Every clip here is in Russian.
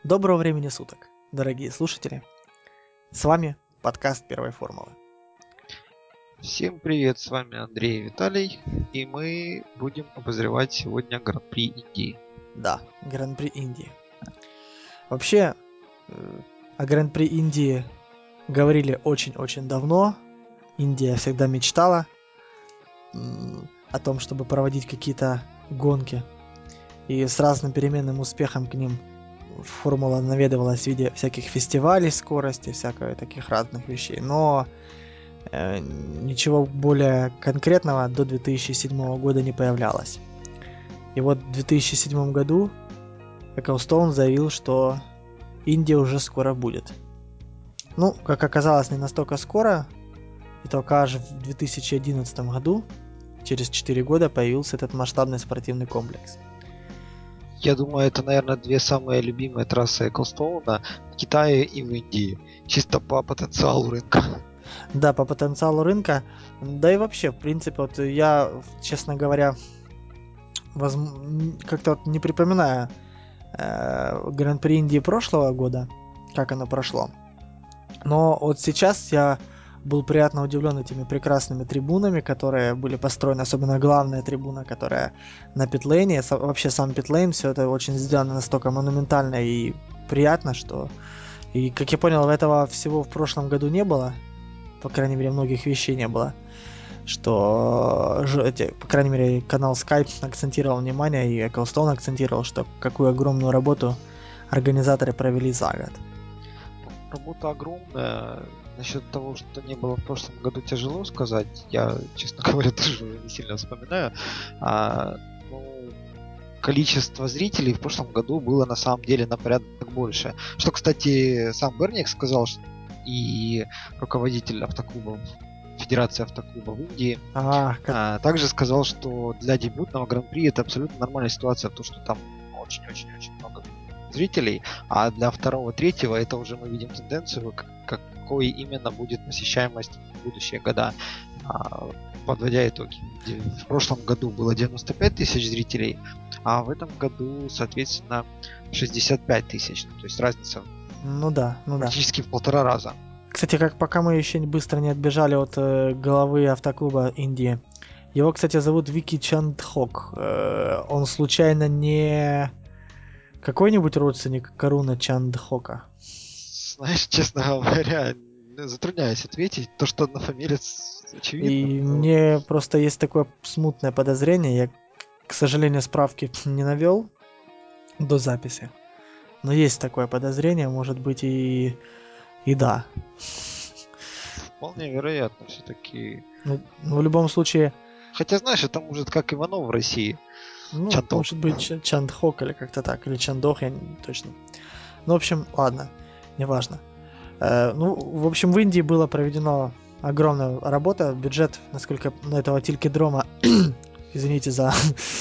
Доброго времени суток, дорогие слушатели. С вами подкаст Первой формулы. Всем привет, с вами Андрей и Виталий, и мы будем обозревать сегодня Гран-при Индии. Да, Гран-при Индии. Вообще, о Гран-при Индии говорили очень-очень давно. Индия всегда мечтала о том, чтобы проводить какие-то гонки. И с разным переменным успехом к ним формула наведывалась в виде всяких фестивалей скорости, всякого таких разных вещей. Но ничего более конкретного до 2007 года не появлялось. И вот в 2007 году Эклстоун заявил, что Индия уже скоро будет. Ну, как оказалось, не настолько скоро, и только аж в 2011 году, через 4 года, появился этот масштабный спортивный комплекс. Я думаю, это, наверное, две самые любимые трассы Эклстоуна в Китае и в Индии, чисто по потенциалу рынка. Да, по потенциалу рынка, да и вообще, в принципе, вот я, честно говоря, как-то вот не припоминаю Гран-при Индии прошлого года, как оно прошло. Но вот сейчас я был приятно удивлен этими прекрасными трибунами, которые были построены, особенно главная трибуна, которая на питлейне. Вообще сам питлейн, все это очень сделано настолько монументально и приятно, что... И, как я понял, этого всего в прошлом году не было. По крайней мере, многих вещей не было. Что, по крайней мере, канал Skype акцентировал внимание, и Ecclestone акцентировал, что какую огромную работу организаторы провели за год. Работа огромная. Насчет того, что не было в прошлом году, тяжело сказать. Я, честно говоря, тоже не сильно вспоминаю. Количество зрителей в прошлом году было на самом деле на порядок больше. Что, кстати, сам Берник сказал, и руководитель автоклубов Федерации автоклубов Индии также сказал, что для дебютного гран-при это абсолютно нормальная ситуация, то что там очень-очень-очень много зрителей, а для второго, третьего это уже мы видим тенденцию, какой именно будет посещаемость в будущие года. Подводя итоги. В прошлом году было 95 тысяч зрителей, а в этом году, соответственно, 65 тысяч. То есть разница практически в 1,5 раза. Кстати, пока мы еще быстро не отбежали от главы автоклуба Индии. Его, кстати, зовут Вики Чандхок. Он случайно не какой-нибудь родственник Каруна Чандхока? Знаешь, честно говоря, затрудняюсь ответить. То, что однофамилец, очевидно. И мне просто есть такое смутное подозрение. Я, к сожалению, справки не навел до записи. Но есть такое подозрение, может быть и да. Вполне вероятно, все-таки. Ну, в любом случае... Хотя, знаешь, это может как Иванов в России. Ну, Чанток. может быть, Чандхок или как-то так, или Чандох, я не точно. Ну, в общем, ладно, неважно. В общем, в Индии была проведена огромная работа, бюджет, насколько на этого Тилькидрома, извините за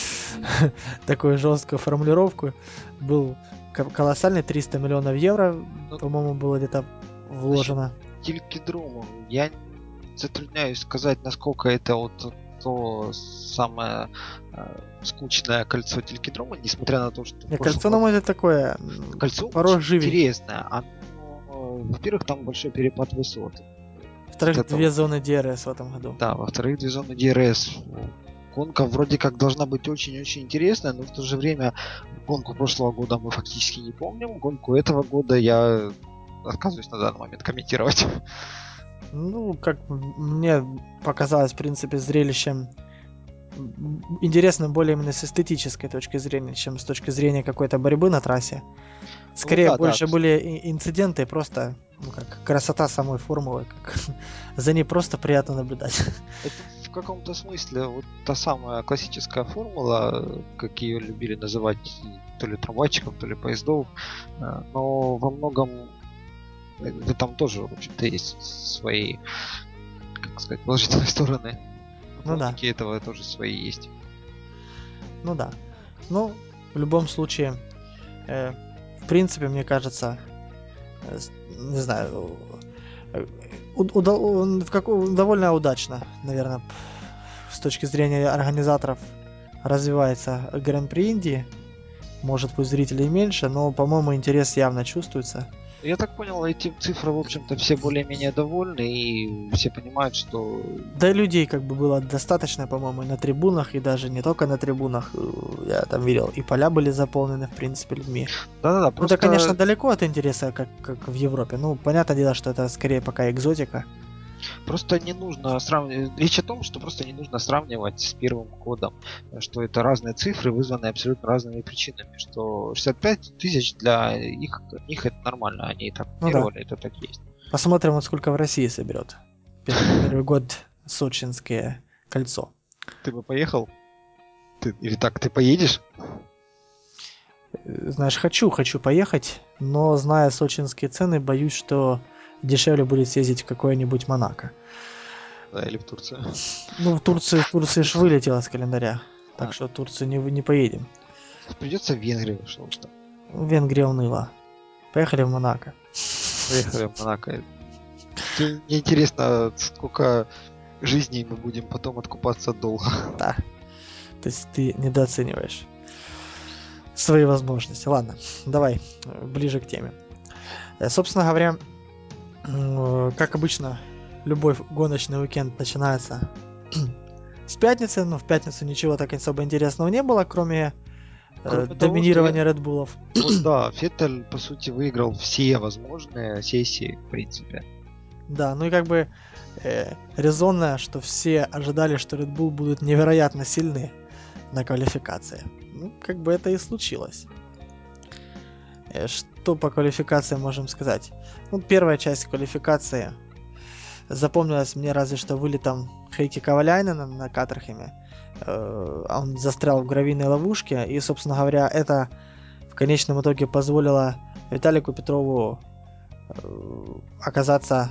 такую жесткую формулировку, был колоссальный, 300 миллионов евро, по-моему, было где-то вложено. Тилькидрому, я затрудняюсь сказать, насколько это вот то самое скучное кольцо Тилькидрома, несмотря на то, что... Кольцо, на мой взгляд, такое... Кольцо порой очень интересное. Во-первых, там большой перепад высот. Во-вторых, две зоны DRS в этом году. Да, во-вторых, две зоны DRS. Гонка вроде как должна быть очень-очень интересная, но в то же время гонку прошлого года мы фактически не помним. Гонку этого года я отказываюсь на данный момент комментировать. Ну, как мне показалось, в принципе, зрелищем интересно более именно с эстетической точки зрения, чем с точки зрения какой-то борьбы на трассе. Скорее, больше были инциденты, просто как красота самой формулы, как за ней просто приятно наблюдать. Это в каком-то смысле вот та самая классическая формула, как ее любили называть то ли трамвайчиков, то ли поездов, но во многом в этом тоже, в общем-то, есть свои, как сказать, положительные стороны. Противники этого тоже свои есть. Ну да. Ну, в любом случае, в принципе, мне кажется, не знаю, довольно удачно, наверное, с точки зрения организаторов развивается Гран-при Индии. Может, пусть зрителей меньше, но, по-моему, интерес явно чувствуется. Я так понял, эти цифры, в общем-то, все более-менее довольны, и все понимают, что... Да и людей как бы было достаточно, по-моему, и на трибунах, и даже не только на трибунах. Я там видел, и поля были заполнены, в принципе, людьми. Да-да-да, Ну, это, конечно, просто... далеко от интереса, как в Европе. Ну, понятное дело, что это скорее пока экзотика. Просто не нужно сравнивать. Речь о том, что просто не нужно сравнивать с первым годом, что это разные цифры, вызванные абсолютно разными причинами. Что 65 тысяч для них это нормально, они и так Ну да. планировали, это так есть. Посмотрим, вот сколько в России соберет. Первый год сочинское кольцо. Ты бы поехал? Или так, ты поедешь? Знаешь, хочу поехать, но зная сочинские цены, боюсь, что дешевле будет съездить в какое-нибудь Монако. Да, или в Турцию. Ну, в Турции ж вылетело с календаря. Так А, что в Турцию не поедем. придется в Венгрию, что уж там. В Венгрия уныла. Поехали в Монако. Поехали в Монако. Мне интересно, сколько жизней мы будем потом откупаться от долга. Да. То есть ты недооцениваешь свои возможности. Ладно, давай ближе к теме. Собственно говоря, как обычно, любой гоночный уикенд начинается с пятницы, но в пятницу ничего так особо интересного не было, кроме Кроме того, что доминирования Red Bull'ов. вот да, Феттель, по сути, выиграл все возможные сессии, в принципе. Да, ну и как бы резонно, что все ожидали, что Red Bull будут невероятно сильны на квалификации. Ну, как бы это и случилось. Что по квалификации можем сказать? Ну, первая часть квалификации запомнилась мне разве что вылетом Хейки Коваляйнена на Катерхеме. Он застрял в гравийной ловушке, и, собственно говоря, это в конечном итоге позволило Виталику Петрову оказаться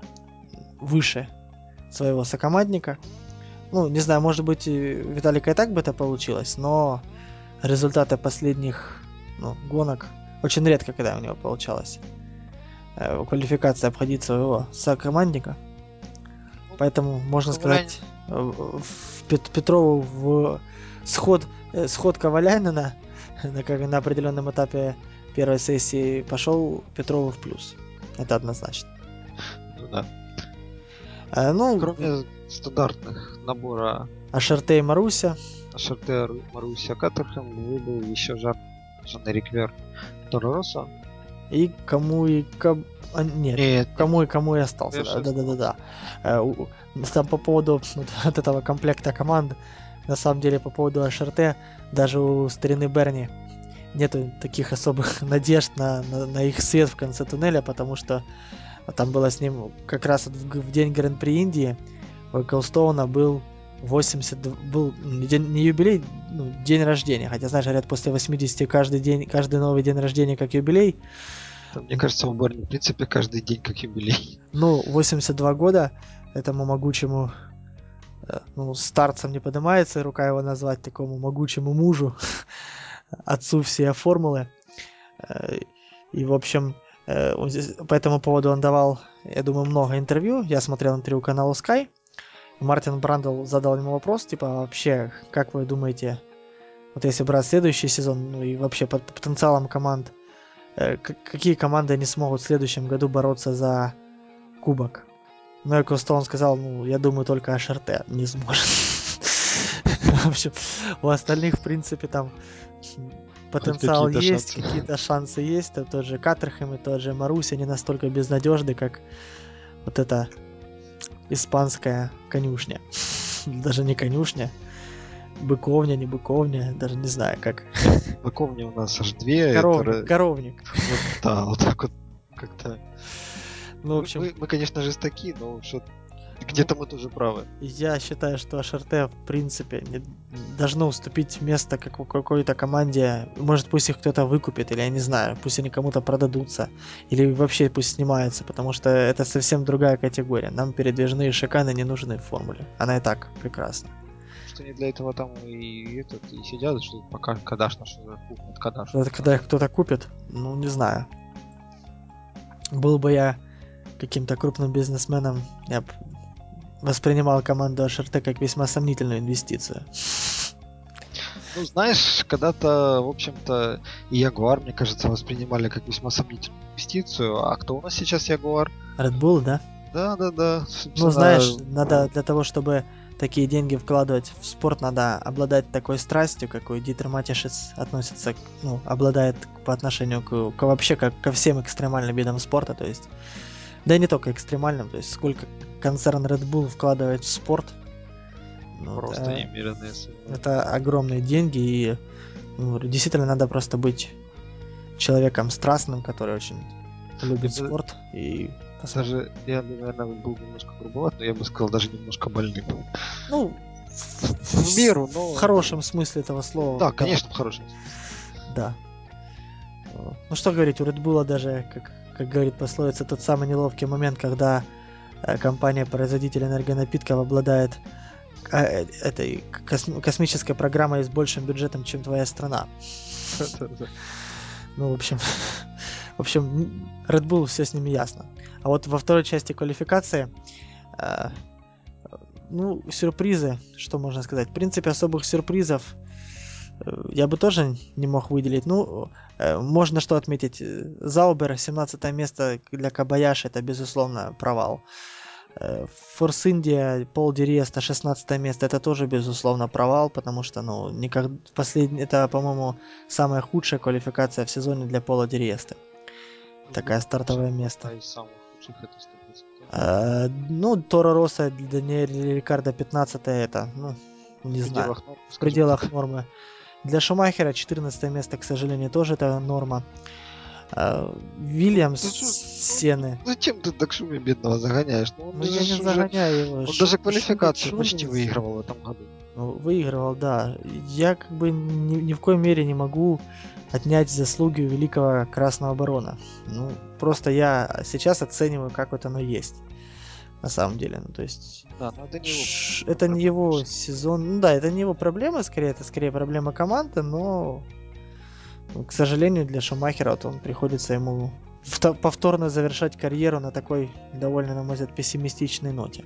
выше своего сокомандника. Ну, не знаю, может быть, у Виталика и так бы это получилось, но результаты последних гонок очень редко, когда у него получалось квалификация обходить своего сокомандника. Поэтому, можно Ковалян, сказать, Петрову в сход Коваляйнена на определенном этапе первой сессии пошел Петрову в плюс. Это однозначно. ну да. Ну, Кроме стандартных набора Ашерте и Маруся. Шарте, Маруся, Катерхэм, выбыл еще Жан-Эрик Вер, Торо Россо. И нет, Нет, нет, кому и остался. Верш остался. Да. Там по поводу от этого комплекта команд, на самом деле, по поводу HRT, даже у старины Берни нету таких особых надежд на их свет в конце туннеля, потому что там было с ним как раз в день Гран-при Индии у Эклстоуна был 80, был не юбилей, день рождения. Хотя, знаешь, говорят, после 80 каждый новый день рождения как юбилей. Мне кажется, у Берни, в принципе, каждый день как юбилей. Ну, 82 года этому могучему, старцем не поднимается рука его назвать, такому могучему мужу, отцу всей формулы. И, в общем, по этому поводу он давал, я думаю, много интервью. Я смотрел интервью канала Sky. Мартин Брандл задал ему вопрос, типа, а вообще, как вы думаете, вот если брать следующий сезон, ну и вообще под потенциалом команд, какие команды не смогут в следующем году бороться за кубок? Ну, Эклстоун сказал, я думаю, только HRT не сможет. В общем, у остальных, в принципе, там Хоть потенциал какие-то есть, шансы. какие-то шансы есть. Тот же Катерхэм и тот же Маруся не настолько безнадежны, как вот эта испанская конюшня. Даже не конюшня, быковня, не быковня, даже не знаю как. Быковни у нас аж две. Коровник. Вот, да, вот так вот как-то. Ну, в общем, Мы, конечно, жестоки, но где-то мы тоже правы. я считаю, что HRT, в принципе, не должно уступить место какой-то команде. Может, пусть их кто-то выкупит, или я не знаю, пусть они кому-то продадутся, или вообще пусть снимаются, потому что это совсем другая категория. Нам передвижные шиканы не нужны в формуле. Она и так прекрасна. Что они для этого там и сидят, что пока Кадаш наш купит, Кадаш. Когда их кто-то купит, не знаю. Был бы я каким-то крупным бизнесменом, я бы воспринимал команду HRT как весьма сомнительную инвестицию. Ну, знаешь, когда-то, в общем-то, и Ягуар, мне кажется, воспринимали как весьма сомнительную инвестицию. А кто у нас сейчас Ягуар? Red Bull, да? Да, да, да, Ну, знаешь, собственно, надо для того, чтобы такие деньги вкладывать в спорт, надо обладать такой страстью, какой Дитер Матишец относится, ну, обладает по отношению вообще как ко всем экстремальным видам спорта, то есть, да и не только экстремальным, то есть сколько концерн Red Bull вкладывает в спорт, ну, просто немеренные суммы. это огромные деньги, и ну, действительно надо просто быть человеком страстным, который очень любит Это спорт и посмотреть. даже, я бы, наверное, был немножко грубоват, но я бы сказал, даже немножко больным. Ну, В меру, в но... хорошем смысле этого слова, Да, да, конечно, в хорошем смысле. да. Ну что говорить, у Red Bull даже, как говорит пословица, тот самый неловкий момент, когда компания-производитель энергонапитков обладает этой космической программой с большим бюджетом, чем твоя страна. Да-да-да. Ну, в общем, Red Bull все с ними ясно. А вот во второй части квалификации, э, ну, сюрпризы, что можно сказать? В принципе, особых сюрпризов я бы тоже не мог выделить. Ну, можно что отметить. Заубер, 17 место для Кабаяши, это, безусловно, провал. Форс Индия, Пол Ди Риеста, 16 место, это тоже, безусловно, провал, потому что, ну, это, по-моему, самая худшая квалификация в сезоне для Пола Ди Риесты. Такая стартовое место. Одна из самых худших, это 100%. Ну, Торо Росса, Даниэль Рикардо 15 это, ну, не В знаю, пределах норм, в скажем пределах так. нормы. Для Шумахера 14 место, к сожалению, тоже это норма. Ну, Вильямс ты что, ну, Сены. зачем ты так Шуми бедного загоняешь? Ну, Ну, я не загоняю его. Он даже квалификацию почти Шумец выигрывал в этом году. ну, выигрывал, да. Я как бы ни в коей мере не могу отнять заслуги у великого Красного Барона. Ну, просто я сейчас оцениваю, как вот оно есть. На самом деле, ну, то есть... Да, но это не его Это не проблема, его конечно. сезон. Ну да, это не его проблема, скорее, это скорее проблема команды, но, ну, к сожалению, для Шумахера вот он приходится ему повторно завершать карьеру на такой довольно, на мой взгляд, пессимистичной ноте.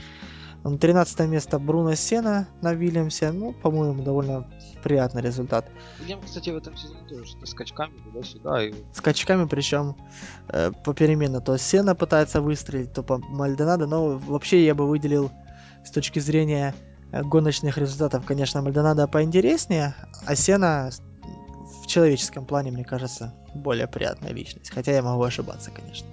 13 место Бруно Сена на Вильямсе. Ну, по-моему, довольно приятный результат. Уильям, кстати, в этом сезоне тоже что-то скачками туда-сюда. И... Скачками, причем попеременно. То Сена пытается выстрелить, то по Мальдонадо. Но вообще я бы выделил с точки зрения гоночных результатов, конечно, Мальдонадо поинтереснее, а Сена в человеческом плане, мне кажется, более приятная личность. Хотя я могу ошибаться, конечно.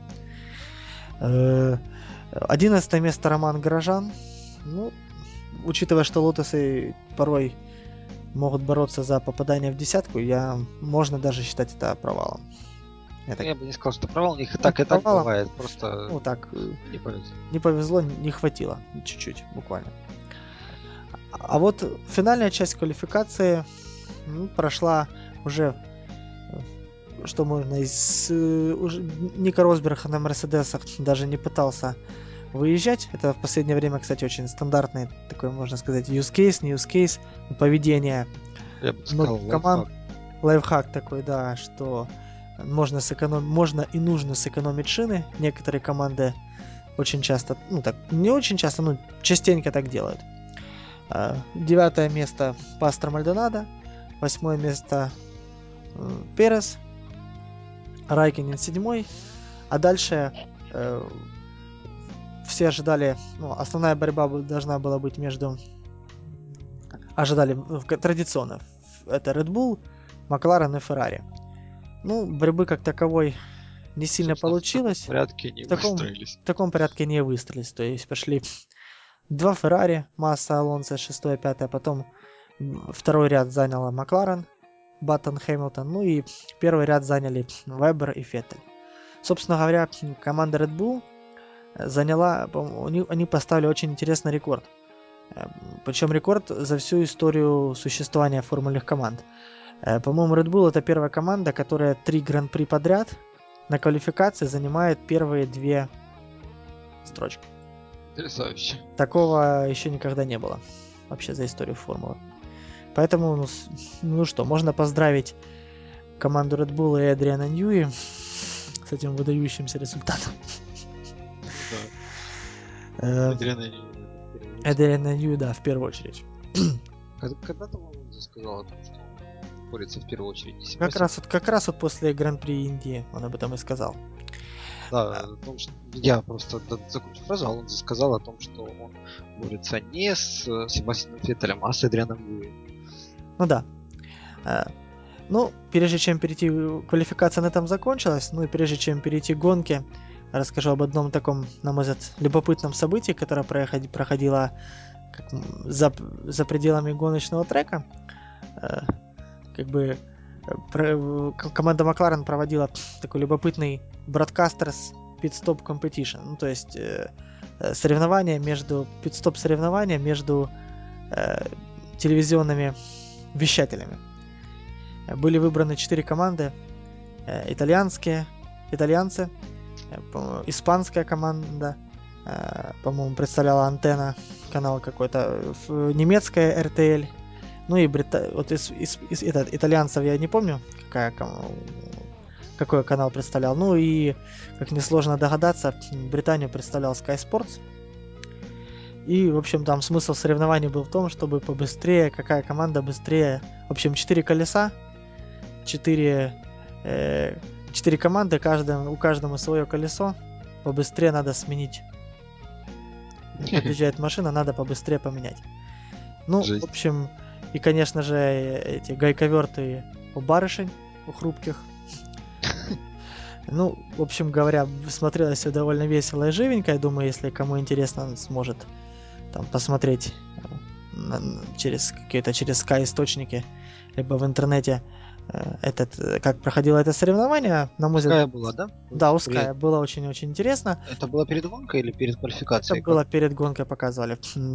11 место Роман Горожан. Ну, учитывая, что лотосы порой могут бороться за попадание в десятку, можно даже считать это провалом. Ну, я бы не сказал, что провал, у них Ну, и так провалом, бывает. Просто ну так, не повезло. не повезло, не хватило, чуть-чуть, буквально. А вот финальная часть квалификации прошла уже, что можно уже Ника Росберг на Мерседесах даже не пытался выезжать. Это в последнее время, кстати, очень стандартный такой, можно сказать, use case, не use case, поведение Я бы сказал, многих команд. лайфхак. Лайфхак такой, да, что можно и нужно сэкономить шины. Некоторые команды очень часто, ну так, не очень часто, но частенько так делают. 9 место Пастор Мальдонадо, 8 место Перес, Райкинен 7, а дальше все ожидали, ну, основная борьба должна была быть ожидали традиционно, это Red Bull, Макларен и Феррари. Ну, борьбы как таковой не сильно Собственно, в таком получилось. порядке не выстроились. В таком порядке не выстрелились. То есть пошли два Феррари, Масса, Алонсо, 6-5, потом второй ряд заняла Макларен, Баттон, Хэмилтон, ну и первый ряд заняли Вебер и Феттель. Собственно говоря, команда Red Bull заняла, они поставили очень интересный рекорд. Причем рекорд за всю историю существования формульных команд. По-моему, Red Bull это первая команда, которая 3 гран-при подряд на квалификации занимает первые 2 строчки. Потрясающе. Такого еще никогда не было вообще за историю формулы. Поэтому, ну что, можно поздравить команду Red Bull и Эдриана Ньюи с этим выдающимся результатом. Ну да. Адриана Ньюи, в первую очередь. Эдриана Ньюи, да, в первую очередь. Когда-то он Алонсо сказал о том, что он борется в первую очередь не с Себастьяном. Как раз вот после Гран-при Индии он об этом и сказал. Да, о том, что я просто закончу фразу, Алонсо сказал о том, что он борется не с Себастьяном Феттелем, а с Эдрианом Ньюи. Ну да. Ну, прежде чем перейти, квалификация на этом закончилась, ну и прежде чем перейти к гонке, расскажу об одном таком, на мой взгляд, любопытном событии, которое проходило за пределами гоночного трека. Как бы команда Макларен проводила такой любопытный Broadcasters Pit-Stop Competition, ну то есть соревнования между пит-стоп соревнования между телевизионными вещателями. Были выбраны 4 команды: итальянцы, испанская команда, по-моему, представляла Антенна, канал какой-то, немецкая RTL, ну и вот из итальянцев я не помню, какой канал представлял. Ну и, как несложно догадаться, Британию представлял Sky Sports. И, в общем, там смысл соревнований был в том, чтобы побыстрее, какая команда быстрее. В общем, 4 колеса, 4 команды, у каждого свое колесо. Побыстрее надо сменить. Подъезжает машина, надо побыстрее поменять. Ну, Жесть. в общем, и, конечно же, эти гайковерты у барышень, у хрупких. Ну, в общем говоря, смотрелось все довольно весело и живенько. Я думаю, если кому интересно, он сможет там посмотреть через Sky источники, либо в интернете как проходило это соревнование. На мой взгляд, была, да? да, у Sky было очень-очень интересно. Это было перед гонкой или перед квалификацией? Это было перед гонкой, показывали.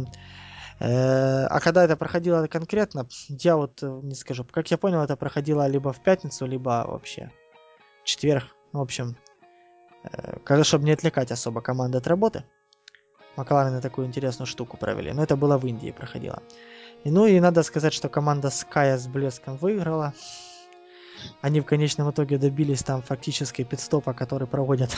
А когда это проходило конкретно, я вот не скажу. Как я понял, это проходило либо в пятницу, либо вообще в четверг. В общем, чтобы не отвлекать особо команды от работы, Макларены такую интересную штуку провели. Но это было в Индии проходило. Ну и надо сказать, что команда Sky с блеском выиграла. Они в конечном итоге добились там фактически пит-стопа, который проводят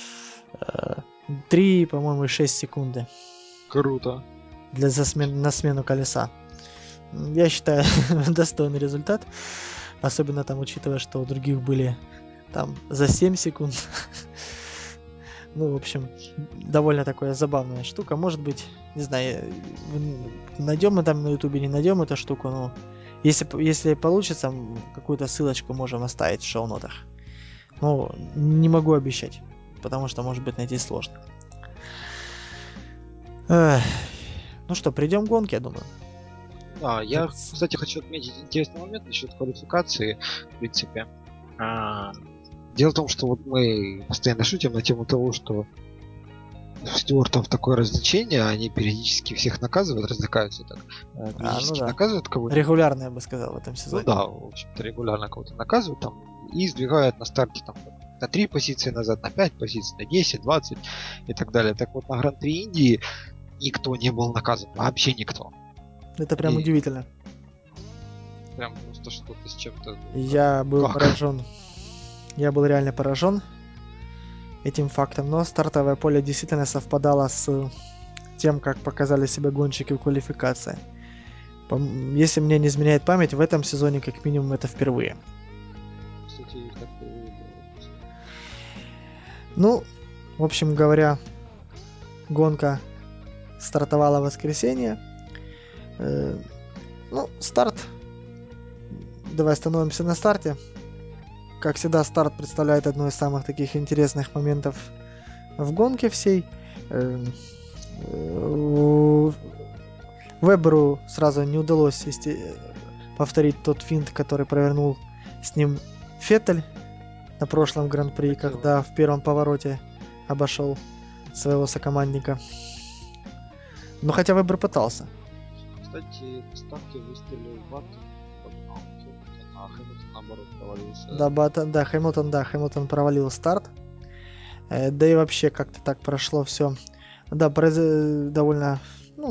3, по-моему, 6 секунды. Круто. На смену колеса. Я считаю, достойный результат. Особенно там, учитывая, что у других были там за 7 секунд. Ну, в общем, довольно такая забавная штука. Может быть, не знаю, найдем мы там на ютубе, не найдем эту штуку, но если получится, какую-то ссылочку можем оставить в шоу-нотах. Но не могу обещать, потому что, может быть, найти сложно. Ну что, придем к гонке, я думаю. Да, я, кстати, хочу отметить интересный момент насчет квалификации, в принципе. Дело в том, что вот мы постоянно шутим на тему того, что стюартов такое развлечение, они периодически всех наказывают, развлекаются так, периодически наказывают кого-то. Регулярно, я бы сказал, в этом сезоне. Ну да, в общем-то, регулярно кого-то наказывают там и сдвигают на старте там на 3 позиции назад, на 5 позиций, на 10, 20 и так далее. Так вот, на Гран-при Индии никто не был наказан, вообще никто. Это прям удивительно. Прям просто что-то с чем-то. Я был поражен. Я был реально поражен этим фактом, но стартовое поле действительно совпадало с тем, как показали себя гонщики в квалификации. Если мне не изменяет память, в этом сезоне как минимум это впервые. Кстати, это впервые было. Ну, в общем говоря, гонка стартовала в воскресенье. Ну, старт. Давай остановимся на старте. Как всегда, старт представляет одно из самых таких интересных моментов в гонке всей. Веберу сразу не удалось повторить тот финт, который провернул с ним Феттель на прошлом гран-при, когда в первом повороте обошел своего сокомандника. Но хотя Вебер пытался. Кстати, на старте выстрелил Баттон, а Хэмилтон наоборот Да, провалился. Хэмилтон провалил старт. Да и вообще как-то так прошло все. Да, довольно,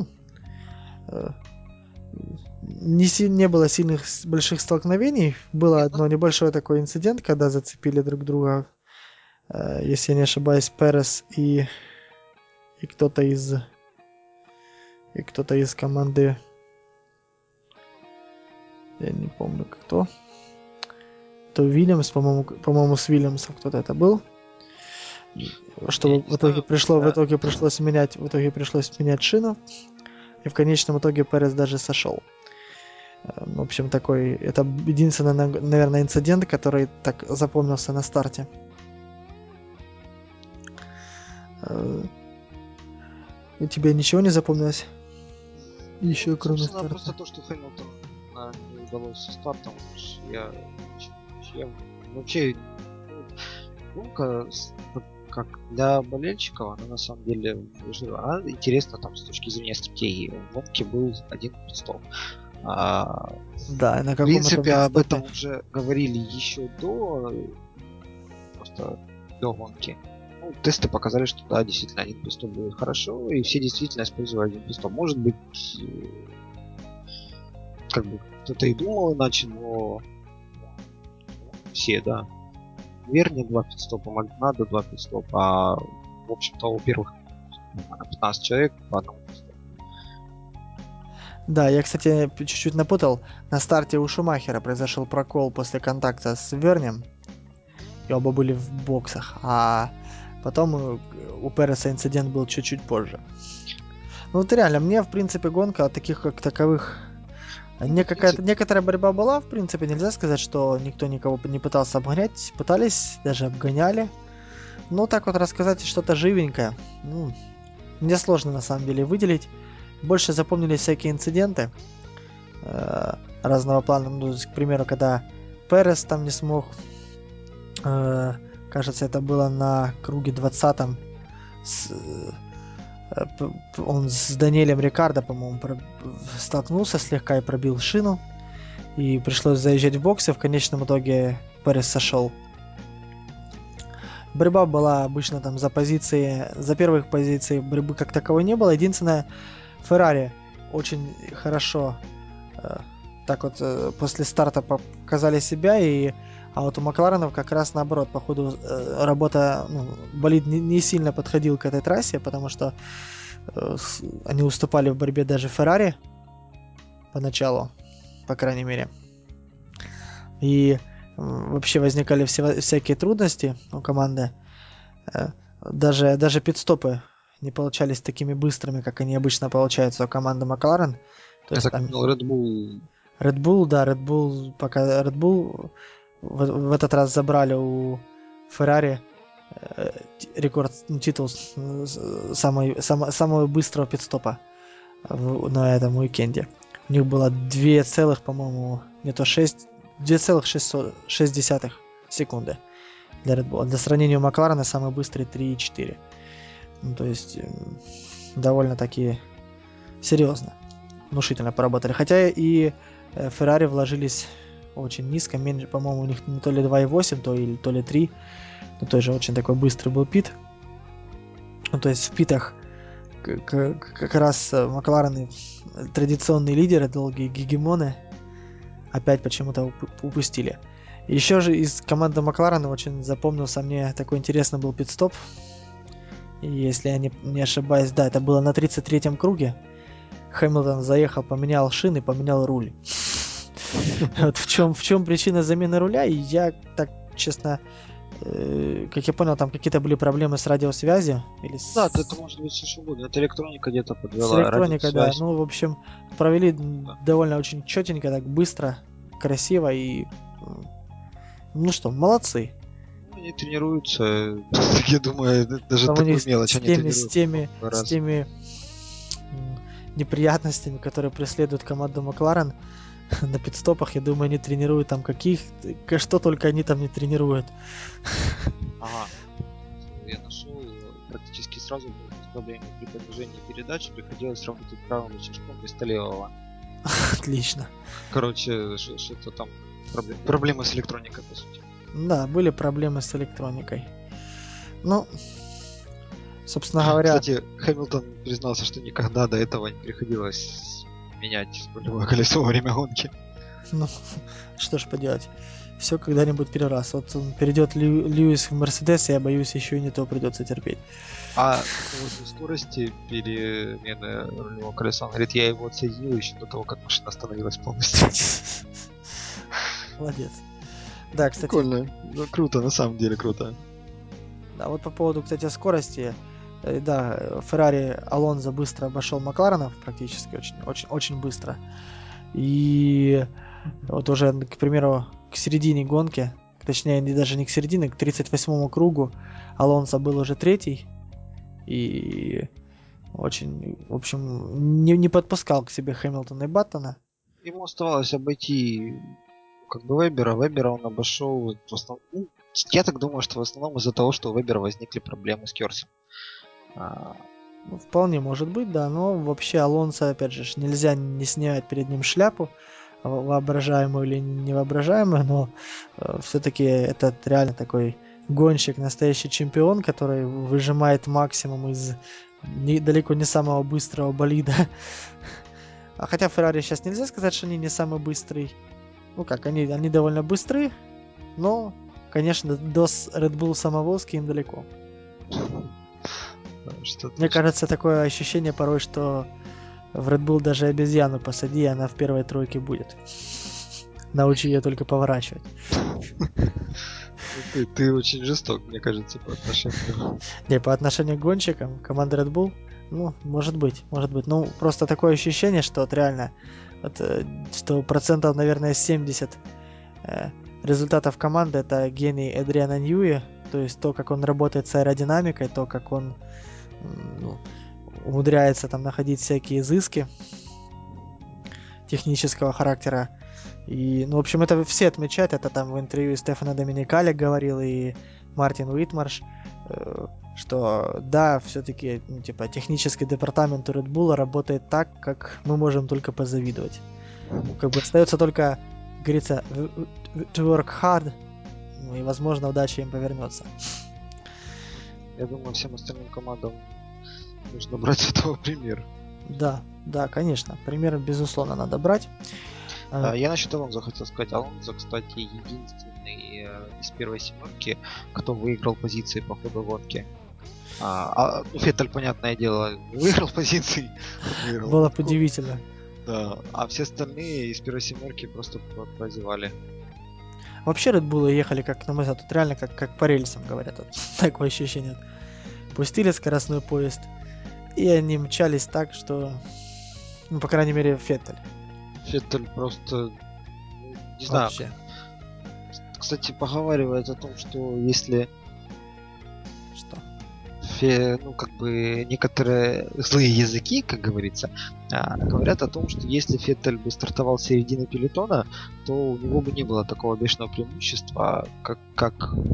не было сильных больших столкновений. Было одно небольшое такой инцидент, когда зацепили друг друга, если я не ошибаюсь, Перес и кто-то из команды Я не помню, кто. То Вильямс, по-моему, с Вильямсом кто-то это был. Что в итоге пришлось менять шину. И в конечном итоге Перес даже сошел. В общем, такой... Это единственный, наверное, инцидент, который так запомнился на старте. И тебе ничего не запомнилось? Еще кроме старта? Просто то, что Хэмилтон не удалось со стартом. Я вообще... Гонка, как для болельщиков, она на самом деле она интересна там с точки зрения стратегии. В гонке был один пит-стоп. Да, на в принципе, об пит-стопе... этом уже говорили еще до гонки. Ну, тесты показали, что да, действительно один пит-стоп будет хорошо, и все действительно использовали один пит-стоп. Может быть, как бы кто-то и думал иначе, но все, да. Вернее, 2 пит-стопа, Мальдонадо 2 пит-стопа, а в общем-то у первых 15 человек по одному пит-стопу. Да, я, кстати, чуть-чуть напутал. На старте у Шумахера произошел прокол после контакта с Вернем. И оба были в боксах. А потом у Переса инцидент был чуть-чуть позже. Ну вот реально, мне, в принципе, гонка от таких как таковых... Некоторая борьба была, в принципе, нельзя сказать, что никто никого не пытался обгонять. Пытались, даже обгоняли. Но так вот рассказать что-то живенькое, ну, мне сложно на самом деле выделить. Больше запомнились всякие инциденты разного плана. Ну, к примеру, когда Перес там не смог, кажется, это было на круге 20-м, он с Даниэлем Рикардо, по-моему, столкнулся слегка и пробил шину. И пришлось заезжать в боксы. В конечном итоге Перес сошел. Борьба была обычно там за первых позиции борьбы как таковой не было. Единственное, Феррари очень хорошо так вот после старта показали себя, а вот у Макларенов как раз наоборот, походу работа, болид не сильно подходил к этой трассе, потому что они уступали в борьбе даже Феррари поначалу, по крайней мере. И вообще возникали всякие трудности у команды. Даже пит-стопы не получались такими быстрыми, как они обычно получаются у команды Макларен. То есть там Red Bull. Red Bull, да, пока Red Bull в этот раз забрали у Ferrari рекорд, титул самого быстрого пит-стопа на этом уикенде. У них было 2, по-моему, не то 2,6 секунды для Red Bull. Для сравнения у Макларена самый быстрый 3,4. Ну, то есть довольно-таки серьезно, внушительно поработали. Хотя и Ferrari вложились очень низко, меньше, по-моему, у них не то ли 2,8, то ли 3. Но тоже очень такой быстрый был пит. Ну, то есть в питах как раз Макларены традиционные лидеры, долгие гегемоны, опять почему-то упустили. Еще же из команды Макларена очень запомнился мне такой интересный был пит-стоп. Если я не ошибаюсь, да, это было на 33-м круге. Хэмилтон заехал, поменял шины, поменял руль. Вот в чем причина замены руля? И я так, честно, как я понял, там какие-то были проблемы с радиосвязью. Да, это может быть все что угодно. Это электроника где-то подвела. С электроникой, да. Ну, в общем, провели довольно очень четенько, так быстро, красиво и... Ну что, молодцы. Они тренируются, я думаю, даже Там у них такую мелочь они тренируются. с теми неприятностями, которые преследуют команду Макларен на пидстопах, я думаю, они тренируют там что только они там не тренируют. Ага. Я нашел практически сразу проблемы при подвижении передач, приходилось работать правым рычажком вместо левого. Отлично. Короче, что-то там проблемы с электроникой, по сути. Да, были проблемы с электроникой. Ну, собственно говоря... Кстати, Хэмилтон признался, что никогда до этого не приходилось менять рулевое колесо во время гонки. Ну, что ж поделать. все когда-нибудь перерас. Вот он перейдет Льюис в Мерседес, я боюсь, еще и не то придется терпеть. А по поводу скорости перемены рулевого колеса, он говорит, я его отсоединил еще до того, как машина остановилась полностью. Молодец. Да, кстати, Прикольно. Ну, круто, на самом деле круто. да, вот по поводу, кстати, скорости. Да, Феррари Алонсо быстро обошел Макларенов практически, очень быстро. И вот уже, к примеру, к середине гонки, точнее, даже не к середине, к 38-му кругу Алонсо был уже третий. И очень, в общем, не подпускал к себе Хэмилтона и Баттона. Ему оставалось обойти как бы Вебера. Вебера он обошел в основном... Ну, я так думаю, что в основном из-за того, что у Вебера возникли проблемы с Керсом. Ну, вполне может быть, да, но вообще Алонсо, опять же, нельзя не снимать перед ним шляпу, воображаемую или невоображаемую, но все-таки это реально такой гонщик, настоящий чемпион, который выжимает максимум из далеко не самого быстрого болида. А хотя Феррари сейчас нельзя сказать, что они не самый быстрый. Ну как, они довольно быстры, но, конечно, до Red Bull самовозки им далеко. Что Мне точно. кажется, такое ощущение порой, что в Red Bull даже обезьяну посади, и она в первой тройке будет. Научи ее только поворачивать. Ты очень жесток, мне кажется, по отношению. Не, по отношению к гонщикам команды Red Bull, ну, может быть. Ну, просто такое ощущение, что вот реально, вот, что процентов, наверное, 70 результатов команды это гений Эдриана Ньюи, то есть то, как он работает с аэродинамикой, то, как он ну, умудряется там находить всякие изыски технического характера. И, ну, в общем, это все отмечают. Это там в интервью Стефана Доминикали говорил и Мартин Уитмарш, что да, все-таки, ну, типа, технический департамент у Red Bull работает так, как мы можем только позавидовать. Как бы остается только, как говорится, to work hard, ну, и, возможно, удача им повернется. Я думаю, всем остальным командам нужно брать с этого пример. Да, конечно. Пример, безусловно, надо брать. Я насчет Алонзо хотел сказать. Алонзо, кстати, единственный из первой семерки, кто выиграл позиции по ходу гонки. Ну, Феттель, понятное дело, не выиграл позиции, он выиграл Было гонку. удивительно. Да, а все остальные из первой семерки просто прозевали. Вообще Red Bull ехали, как, на мой взгляд, тут реально как по рельсам, говорят. Вот, такое ощущение. Пустили скоростной поезд, и они мчались так, что, ну, по крайней мере, Феттель. Феттель просто, ну, не знаю. Вообще. Кстати, поговаривает о том, что если Что? ну, как бы некоторые злые языки, как говорится, говорят о том, что если Феттель бы стартовал с середины пелотона, то у него бы не было такого бешеного преимущества, как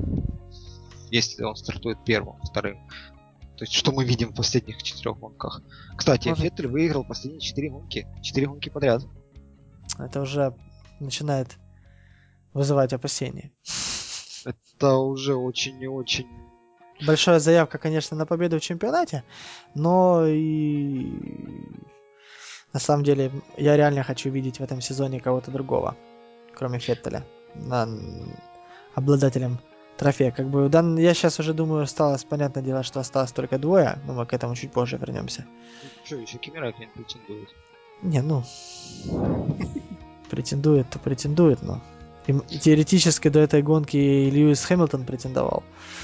если он стартует первым, вторым. То есть, что мы видим в последних 4 гонках. Кстати, Может, Феттель выиграл последние 4 гонки. 4 гонки подряд. это уже начинает вызывать опасения. Это уже очень и очень... Большая заявка, конечно, на победу в чемпионате, но и на самом деле я реально хочу видеть в этом сезоне кого-то другого, кроме Феттеля, обладателем трофея. Как бы я сейчас уже думаю, осталось, понятное дело, что осталось только двое, но мы к этому чуть позже вернемся. Ну, что, еще Кимера к ним претендует. Не, ну, претендует, то претендует, но и теоретически до этой гонки и Льюис Хэмилтон претендовал.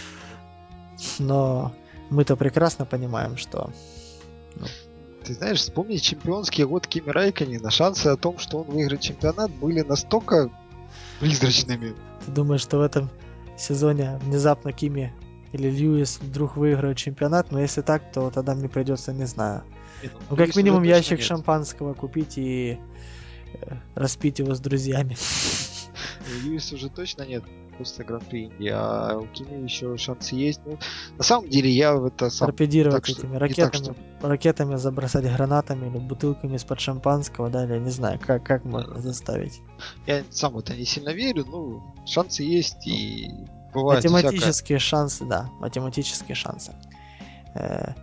Но мы-то прекрасно понимаем, что... Ну, Ты знаешь, вспомни чемпионские год Кими Райконена. Шансы о том, что он выиграет чемпионат, были настолько призрачными. ты думаешь, что в этом сезоне внезапно Кими или Льюис вдруг выиграют чемпионат? Но если так, то тогда мне придется, не знаю, Не, ну, ну как Льюис уже минимум точно ящик нет. шампанского купить и распить его с друзьями. У Льюиса уже точно нет после Гран-при Индии, а у Кими еще шансы есть. Ну, на самом деле я в это сам Торпедировать так что этими не так что ракетами забросать гранатами или бутылками из-под шампанского, да, или не знаю, как можно заставить. я сам в это не сильно верю, ну шансы есть Ну, и бывает всякое. математические шансы, да, математические шансы. Э,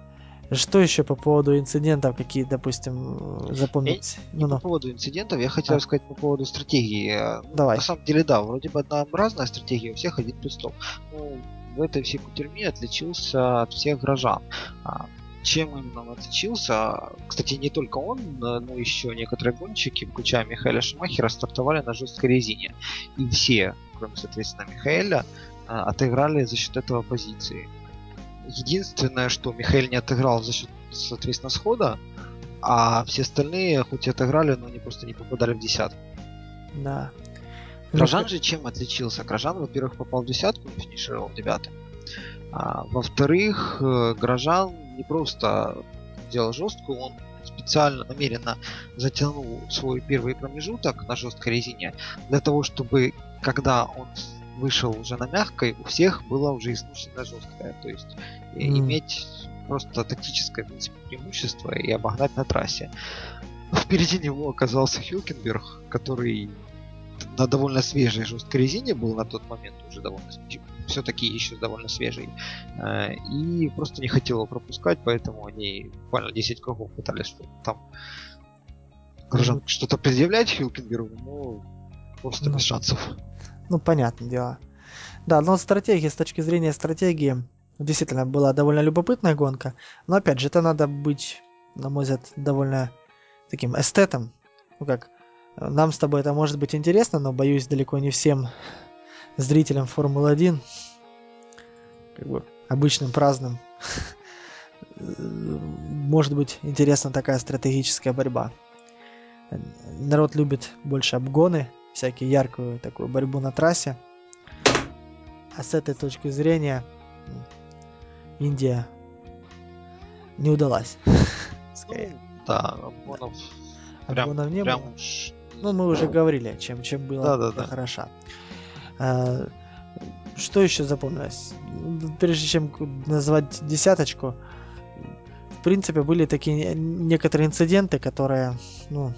Что еще по поводу инцидентов, какие, допустим, Я запомнить? не по Ну-ну, поводу инцидентов, я а, хотел сказать по поводу стратегии. На давай. самом деле, да, вроде бы однообразная стратегия, у всех один престол. Ну, в этой всей кутерьме отличился от всех горожан. А, Чем именно он отличился? Кстати, не только он, но еще некоторые гонщики, включая Михаэля Шумахера, стартовали на жесткой резине. И все, кроме, соответственно, Михаэля, отыграли за счет этого позиции. Единственное, что Михаэль не отыграл за счет, соответственно, схода, а все остальные, хоть и отыграли, но они просто не попадали в десятку. Да. Грожан Немножко... же чем отличился? Грожан, во-первых, попал в десятку и финишировал девятым. Во-вторых, Грожан не просто сделал жесткую, он специально, намеренно затянул свой первый промежуток на жесткой резине для того, чтобы когда он вышел уже на мягкой, у всех было уже изношено жесткое. То есть м, иметь просто тактическое, в принципе, преимущество и обогнать на трассе. Впереди него оказался Хюлкенберг, который на довольно свежей жесткой резине был на тот момент уже довольно все-таки еще довольно свежий. И просто не хотел его пропускать, поэтому они буквально 10 кругов пытались там ну, что-то предъявлять Хилкенбергу, но просто без ну, шансов. ну, понятное дело. Да, но стратегия, с точки зрения стратегии, действительно была довольно любопытная гонка. Но опять же, это надо быть, на мой взгляд, довольно таким эстетом. Ну как, нам с тобой это может быть интересно, но боюсь, далеко не всем зрителям Формулы-1, как бы обычным праздным, может быть интересна такая стратегическая борьба. Народ любит больше обгоны, всякие яркую такую борьбу на трассе. А с этой точки зрения Индия не удалась. Скорее. Ну, да, обгонов прям, Обгонов не прям было. уж... Ну, мы уже говорили, чем была Да-да-да. хороша. А, что еще запомнилось? Прежде чем назвать десяточку, в принципе, были такие некоторые инциденты, которые, ну,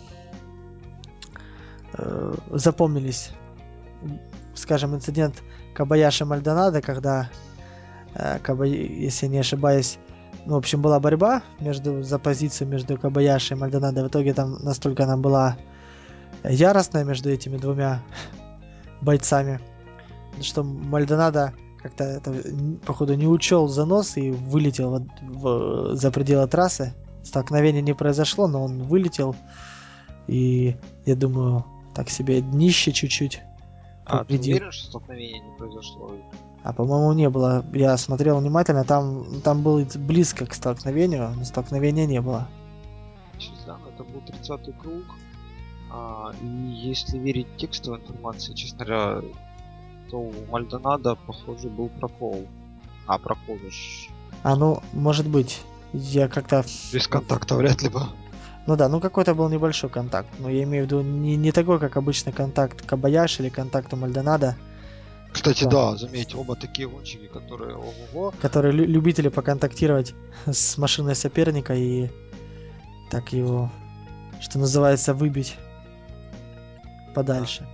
запомнились. Скажем, инцидент Кабаяши Мальдонадо, когда, если не ошибаюсь, ну, в общем, была борьба за позицию между Кабаяши и Мальдонадо. В итоге там настолько она была яростная между этими двумя бойцами, что Мальдонадо как-то это, походу, не учел занос и вылетел за пределы трассы. Столкновения не произошло, но он вылетел. И я думаю, так себе днище чуть-чуть А ты повредил. уверен, что столкновение не произошло? А по-моему, не было. Я смотрел внимательно, там было близко к столкновению, но столкновения не было. Сейчас, да, но это был 30-й круг. И если верить текстовой информации, честно говоря, то у Мальдонадо, похоже, был прокол. А прокол уж А ну, может быть, я как-то... без контакта вряд ли бы. Ну да, ну какой-то был небольшой контакт. Но я имею в виду не такой, как обычно контакт Кабаяши или контакт у Мальдонадо. Кстати, Да. да, заметь, оба такие гонщики, которые ого-го. Которые любители поконтактировать с машиной соперника и так его, что называется, выбить Да. подальше.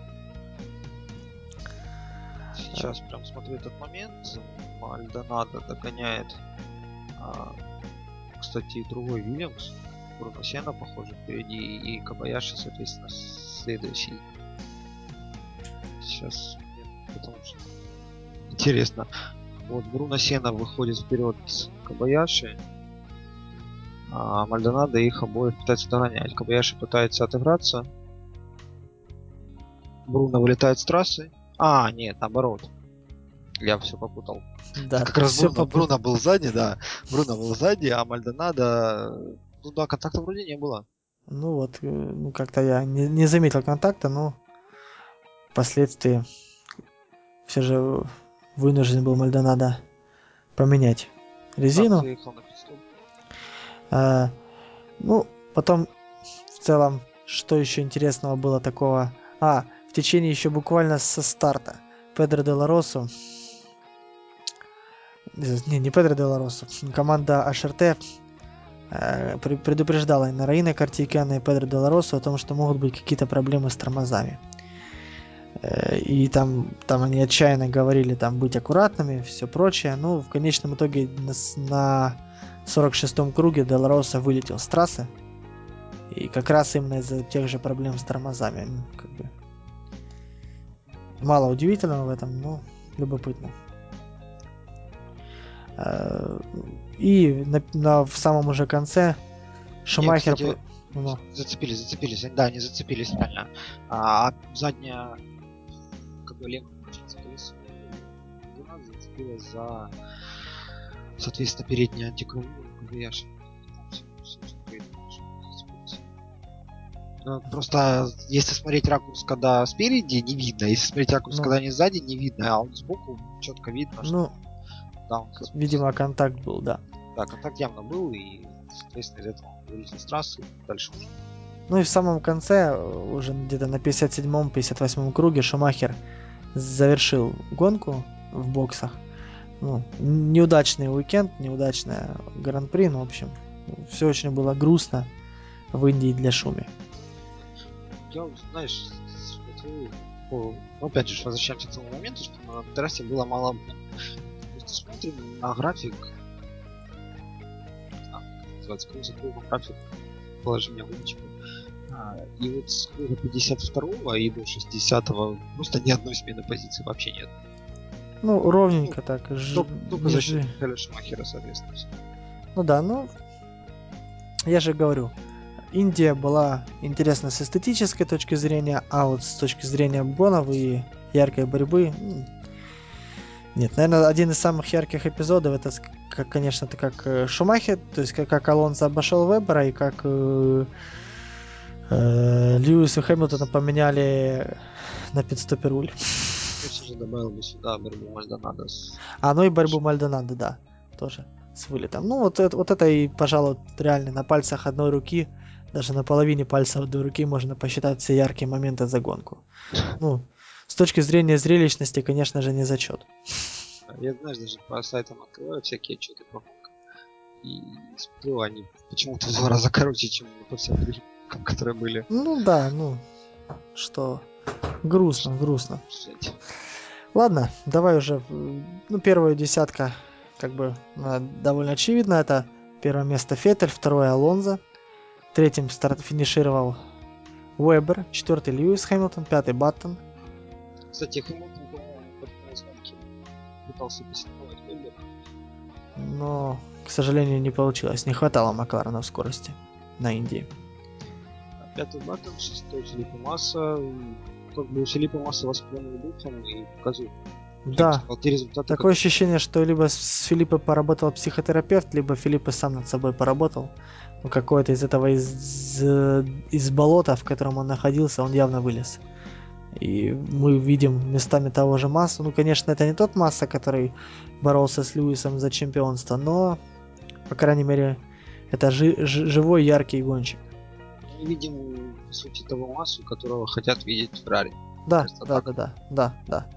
Сейчас прям смотрю этот момент. Мальдонадо догоняет, а, кстати, и другой Вильямс. Бруно Сена, похоже, впереди. И Кабаяши, соответственно, следующий. Сейчас, потому что интересно. Вот Бруно Сена выходит вперед Кабаяши, а Мальдонадо их обоих пытается догонять. Кабаяши пытается отыграться. Бруно вылетает с трассы. Нет, наоборот. Я все попутал. Это Да, как ты раз все Бруно попутал. был сзади, да. Бруно был сзади, а Мальдонадо... Ну да, контакта вроде не было. Ну вот, ну как-то я не заметил контакта, но впоследствии все же вынужден был Мальдонадо поменять Да, резину. заехал на пидстоп. А, ну, потом в целом, что еще интересного было такого? В течение еще буквально со старта Педро де ла Росу, не Педро де ла Росу, команда HRT предупреждала Нараина Картикяна и Педро де ла Росу о том, что могут быть какие-то проблемы с тормозами. И там они отчаянно говорили там быть аккуратными, все прочее. Ну, в конечном итоге на 46-м круге Делароса вылетел с трассы. И как раз именно из-за тех же проблем с тормозами. Ну, как бы мало удивительного в этом, но любопытно. Э, И в самом уже конце Не, Шумахер... кстати, Ну, зацепились. Да, они зацепились реально. А задняя, как бы левая получается, колесо зацепилась за, соответственно, переднее антикрыло, КВЯшек. Ну, просто если смотреть ракурс, когда спереди, не видно. Если смотреть ракурс, ну, когда они сзади, не видно. А он сбоку четко видно, что ну, да, он зацепился. видимо, контакт был, да. Да, контакт явно был, и, соответственно, из этого он вылетел с трассы и дальше уже. Ну и в самом конце, уже где-то на 57-м, 58-м круге Шумахер завершил гонку в боксах. Ну, неудачный уикенд, неудачное гран-при, ну, в общем, все очень было грустно в Индии для Шуми. Я, вот, знаешь, смотрю, ну, опять же, возвращаемся к тому моменту, что на трассе было мало обгонов. Просто смотрим на график, не знаю, как это называется, круг за кругом график положения гонщика. И вот с круга 52-го и до 60-го просто ни одной смены позиции вообще нет. Ну, Ну, ровненько так, только за счет Михаэля Шумахера, соответственно. Всё. Ну да, ну, я же говорю, Индия была интересна с эстетической точки зрения, а вот с точки зрения обгонов и яркой борьбы, нет, наверное, один из самых ярких эпизодов это, как, конечно, это как Шумахер, то есть как Алонсо обошел Вебера и как Льюису Хэмилтону поменяли на пидстопе руль. Конечно же, добавил бы сюда борьбу Мальдонадо. А, ну и борьбу Мальдонадо, да, тоже с вылетом. Ну, вот это и, пожалуй, реально на пальцах одной руки, даже на половине пальца одной руки можно посчитать все яркие моменты за гонку. Ну, с точки зрения зрелищности, конечно же, не зачет. Я, знаешь, даже по сайтам открываю всякие отчеты по гонкам. И смотрю, они почему-то в 2 раза короче, чем по всем другим, которые были. Ну да, ну, что, грустно, грустно. Жесть. Ладно, давай уже, ну, первая десятка, как бы, довольно очевидно. Это первое место Феттель, второе Алонзо, третьим финишировал Уэбер, четвертый Льюис Хэмилтон, пятый Баттон. Кстати, Хэмилтон, по-моему, под конец гонки пытался посетовать Вебера. Но, к сожалению, не получилось. Не хватало Макларена в скорости на Индии. Пятый Баттон, шестой Филиппе Масса. Как бы Филиппе Масса воспламенил духом и показывает, я бы Да, сказал, те результаты, такое которые... ощущение, что либо с Филиппо поработал психотерапевт, либо Филиппо сам над собой поработал. Ну, какое-то из этого, из болота, в котором он находился, он явно вылез. И мы видим местами того же Массу. Ну, конечно, это не тот Масса, который боролся с Льюисом за чемпионство, но, по крайней мере, это живой, яркий гонщик. Мы видим, по сути, того Массу, которого хотят видеть в Феррари. Да, Кажется, да, так. да, да, да, да.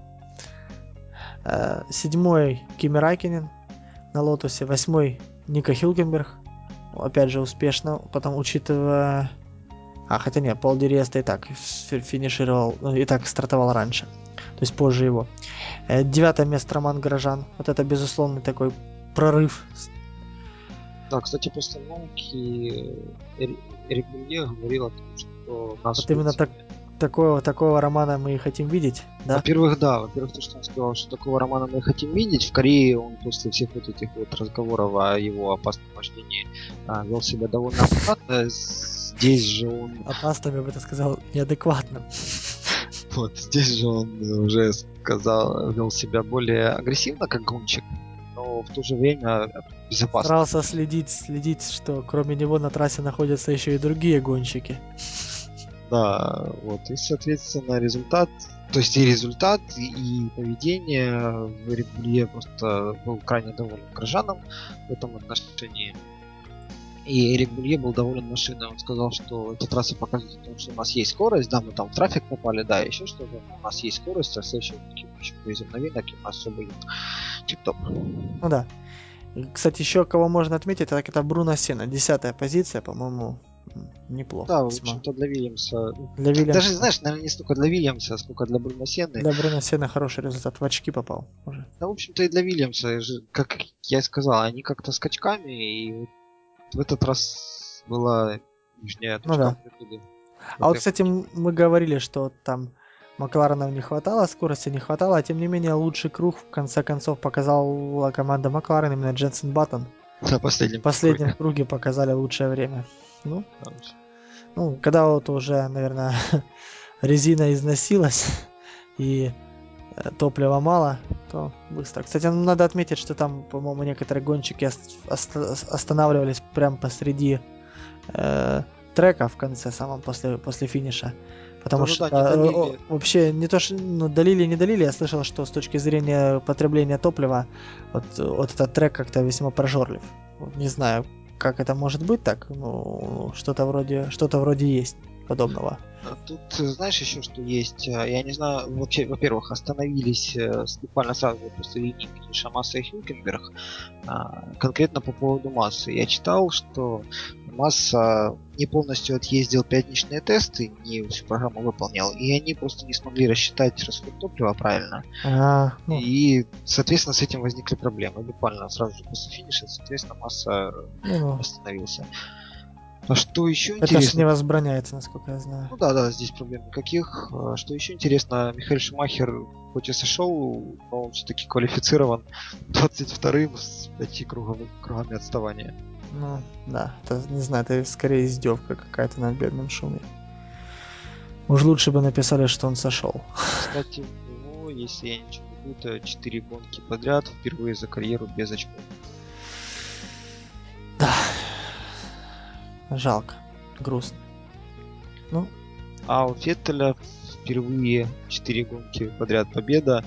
Седьмой Кими Райкинен на Лотусе, восьмой Ника Хилкенберг, опять же успешно, потом учитывая... хотя нет, Пол Ди Реста и так финишировал, ну, и так стартовал раньше, то есть позже его. Девятое место Роман Горожан, вот это безусловный такой прорыв. Да, кстати, после гонки Эрик Белье говорил о том, что нас, Вот в именно принципе, такого Романа мы и хотим видеть, да? во-первых, да, во-первых, то, что он сказал, что такого романа мы хотим видеть. В Корее он после всех вот этих вот разговоров о его опасном вождении вел себя довольно аккуратно. Здесь же он, Опасно, я бы это сказал, неадекватно. вот, здесь же он уже сказал, вел себя более агрессивно, как гонщик, но в то же время безопасно. Старался следить, что кроме него на трассе находятся еще и другие гонщики. Да, вот, и, соответственно, результат, то есть и результат, и поведение в Эрик Белье просто был крайне доволен горожанам в этом отношении. И Эрик Булье был доволен машиной. Он сказал, что эти трассы показывают о том, что у нас есть скорость, да, мы там в трафик попали, да, еще что-то, но у нас есть скорость, а следующий еще повезем новинок, и у нас все будет тип-топ. Ну да. И, кстати, еще кого можно отметить, так это Бруно Сена, 10-я позиция, по-моему, Неплохо Да, в весьма. общем-то, для Вильямса. Для Вильямса. Даже, знаешь, наверное, не столько для Вильямса, сколько для Бруно Сенны. Для Бруно Сенна хороший результат. В очки попал уже. Да, в общем-то, и для Вильямса, как я и сказал, они как-то скачками, и вот в этот раз была нижняя Ну точка да. амплитуды. в А вот, этой кстати, гонке. мы говорили, что там Макларенов не хватало, скорости не хватало, а тем не менее лучший круг в конце концов показала команда Макларен, именно Дженсен Баттон. На последнем В последнем круге. круге показали лучшее время. Ну, Да, вообще. когда вот уже, наверное, резина износилась и топлива мало, то быстро. Кстати, надо отметить, что там, по-моему, некоторые гонщики останавливались прямо посреди трека в конце, самом после финиша. Потому что Да-да-да, не долили. вообще не то, что долили, не долили, я слышал, что с точки зрения потребления топлива, вот этот трек как-то весьма прожорлив. Вот не знаю, как это может быть так, но что-то вроде есть подобного. Тут, знаешь, еще что есть. Я не знаю, вообще, во-первых, остановились буквально сразу после линии финиша Масса и Хюлькенберг. Конкретно по поводу Массы. Я читал, что Масса не полностью отъездил пятничные тесты, не всю программу выполнял, и они просто не смогли рассчитать расход топлива правильно. Ну, И, соответственно, с этим возникли проблемы. Буквально сразу же после финиша, соответственно, Масса ну, остановился. А что еще это ж не интересно? возбраняется, насколько я знаю. Ну да, здесь проблем никаких. Что еще интересно, Михаэль Шумахер хоть и сошел, но он все-таки квалифицирован 22-м с 5 кругами отставания. Ну, да, это, не знаю, это скорее издевка какая-то над бедным Шумой. Уж лучше бы написали, что он сошел. Кстати, у него, если я ничего не путаю, 4 гонки подряд, впервые за карьеру без очков. Да, жалко, грустно. Ну, А у Феттеля впервые 4 гонки подряд победа.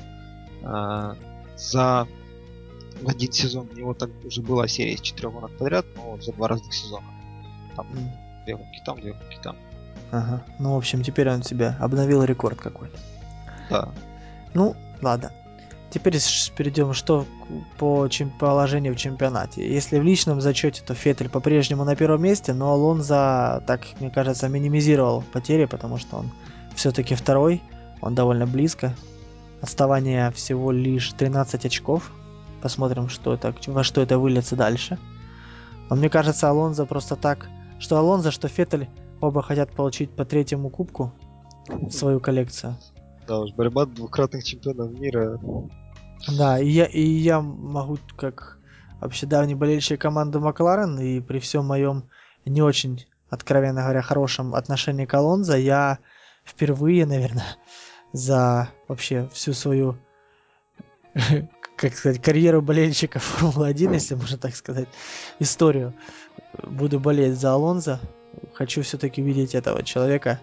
За один сезон у него так уже была серия из 4 гонок подряд, но за 2 разных сезона. Там 2 гонки там, 2 гонки там. ага. Ну, в общем, теперь он себе обновил рекорд какой-то. Да. Ну, ладно. Теперь перейдем, что по положению в чемпионате. Если в личном зачете, то Феттель по-прежнему на первом месте, но Алонзо, так мне кажется, минимизировал потери, потому что он все-таки второй, он довольно близко. Отставание всего лишь 13 очков. Посмотрим, во что это выльется дальше. Но мне кажется, Алонзо просто так, что Алонзо, что Феттель оба хотят получить по третьему кубку в свою коллекцию. Да уж, борьба двукратных чемпионов мира. Да, и я могу, как вообще давний болельщик команды Макларен, и при всем моем не очень, откровенно говоря, хорошем отношении к Алонзо, я впервые, наверное, за вообще всю свою, как сказать, карьеру болельщика Формулы-1, если можно так сказать, историю, буду болеть за Алонзо. Хочу все-таки видеть этого человека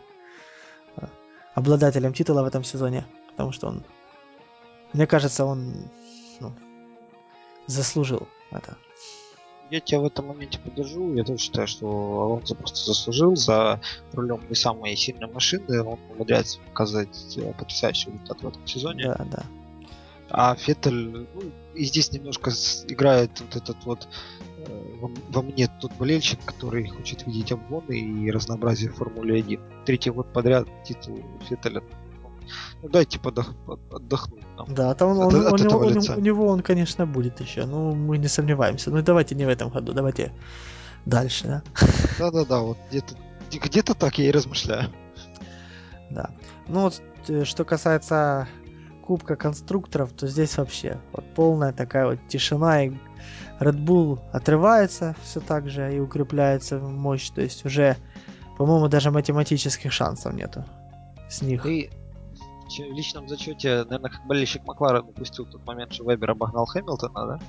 обладателем титула в этом сезоне, потому что он, мне кажется, он ну, заслужил это. Я тебя в этом моменте поддержу. Я тоже считаю, что Алонсо просто заслужил за рулем не самой сильной машины. Он умудряется показать потрясающий результат в этом сезоне. Да, да. А Феттель, и здесь немножко играет вот этот вот во мне тот болельщик, который хочет видеть обгоны и разнообразие в Формуле 1. Третий год подряд титул Феттеля. Дайте отдохнуть нам Да, там от этого лица. у него он, конечно, будет еще. Ну, мы не сомневаемся. Ну, давайте не в этом году, давайте дальше, да? Да, вот где-то так я и размышляю. Да. Ну, вот, что касается Кубка конструкторов, то здесь вообще вот полная такая вот тишина, и Red Bull отрывается все так же и укрепляется в мощь, то есть уже, по-моему, даже математических шансов нету с них. И в личном зачете, наверное, как болельщик Макларен упустил тот момент, что Вебер обогнал Хэмилтона, да?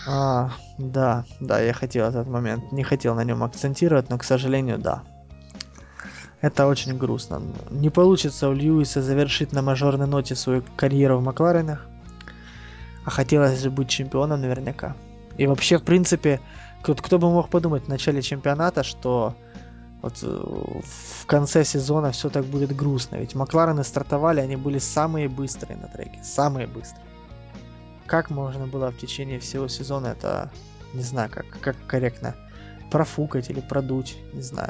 Да, я хотел этот момент, не хотел на нем акцентировать, но, к сожалению, да. Это очень грустно. Не получится у Льюиса завершить на мажорной ноте свою карьеру в Макларенах, а хотелось же быть чемпионом наверняка. И вообще, в принципе, кто бы мог подумать в начале чемпионата, что вот в конце сезона все так будет грустно. Ведь Макларены стартовали, они были самые быстрые на треке, самые быстрые. Как можно было в течение всего сезона это, не знаю, как корректно профукать или продуть, не знаю.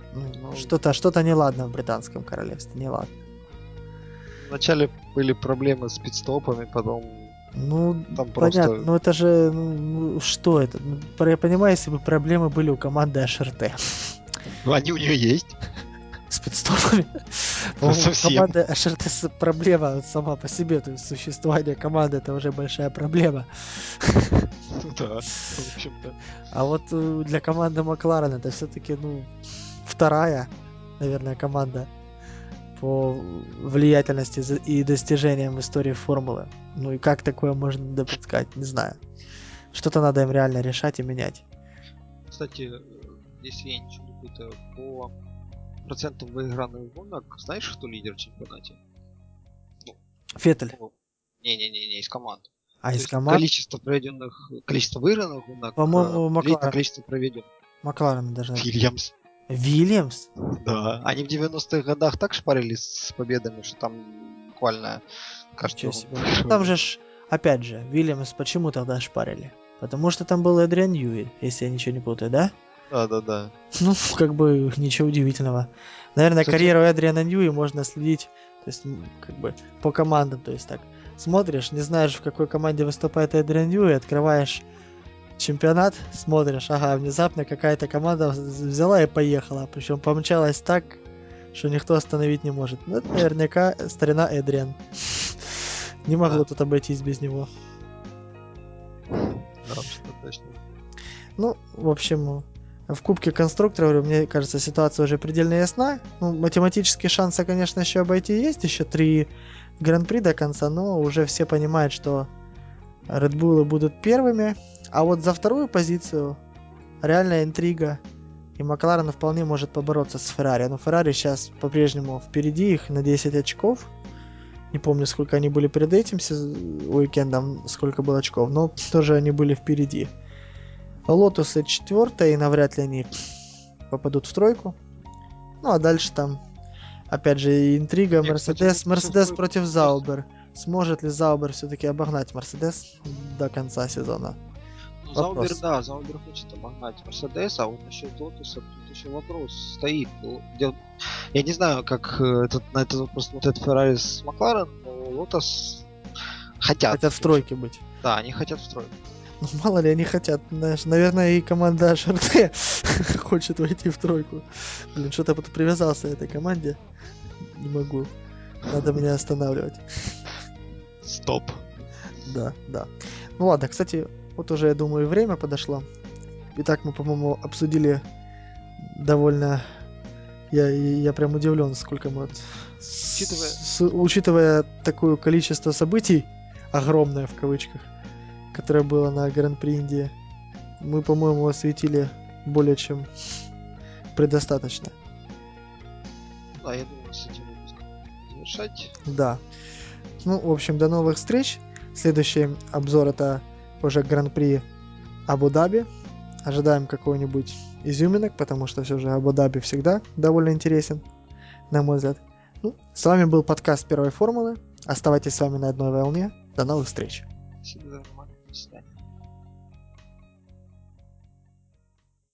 Ну, Что-то неладно в британском королевстве, неладно. вначале были проблемы с пидстопами, потом Ну, там понятно, просто... но это же, что это? Я понимаю, если бы проблемы были у команды HRT Ну, они у нее есть. с пидстопами. По-моему, у Совсем. команды HRT проблема сама по себе, то есть существование команды это уже большая проблема. Ну да, в общем-то. А вот для команды Макларен это все-таки, вторая, наверное, команда по влиятельности и достижениям в истории формулы. Ну и как такое можно допускать, не знаю. Что-то надо им реально решать и менять. Кстати, если я ничего не путаю, по процентам выигранных гонок, знаешь, кто лидер в чемпионате? Феттель. Ну, не-не-не, из команд. А То из есть команд, количество выигранных гонок по-моему, делить на Макларен. количество проведенных. Макларен должны. Вильямс. Вильямс? Да. Они в 90-х годах так шпарились с победами, что там буквально Ничего каждую гонку себе. Там выигрывали. же опять же, Вильямс почему тогда шпарили? Потому что там был Эдриан Ньюи, если я ничего не путаю, да? Да-да-да. Ну, как бы ничего удивительного. Наверное, Кстати, карьеру Эдриана Ньюи можно следить, то есть, как бы по командам, то есть так. Смотришь, не знаешь, в какой команде выступает Эдриан Ньюи, открываешь чемпионат, смотришь, ага, внезапно какая-то команда взяла и поехала, причем помчалась так, что никто остановить не может. Ну, это наверняка старина Эдриан. Не могло да, тут обойтись без него. да, что точно. Ну, в общем, в Кубке конструкторов, мне кажется, ситуация уже предельно ясна. Ну, математические шансы, конечно, еще обойти есть. Еще 3 гран-при до конца, но уже все понимают, что Red Bull будут первыми. А вот за вторую позицию реальная интрига. И Макларен вполне может побороться с Феррари. Но Феррари сейчас по-прежнему впереди их на 10 очков. Не помню, сколько они были перед этим уикендом, сколько было очков, но тоже они были впереди. Лотусы четвертая, и навряд ли они попадут в тройку. Ну а дальше там, опять же, интрига Не, кстати, Мерседес против мне кажется, Заубер. Сможет ли Заубер все-таки обогнать Мерседес до конца сезона? ну, Заубер, Вопрос. да, Заубер хочет обогнать Мерседес, а вот насчет Лотуса тут еще вопрос стоит. Ну, я не знаю, как на этот вопрос смотрят Феррари с Макларен, но Лотос хотят, Хотят в в общем. тройке быть. Да, они хотят в тройку. Ну, мало ли они хотят, знаешь, наверное, и команда HRT хочет войти в тройку. Блин, что-то тут привязался к этой команде. Не могу. Надо меня останавливать. Стоп. Да, да. Ну ладно, кстати, вот уже, я думаю, время подошло. Итак, мы, по-моему, обсудили довольно... Я прям удивлен, сколько мы вот... Учитывая, Учитывая такое количество событий, огромное в кавычках, которое было на Гран-при Индии, мы, по-моему, осветили более чем предостаточно. да, я думаю, с этим выпуском завершать. Да. Ну, в общем, до новых встреч. Следующий обзор это уже Гран-при Абу-Даби. Ожидаем какой-нибудь изюминок, потому что все же Абу-Даби всегда довольно интересен, на мой взгляд. Ну, с вами был подкаст Первой Формулы. Оставайтесь с вами на одной волне. До новых встреч. Спасибо за внимание. До свидания.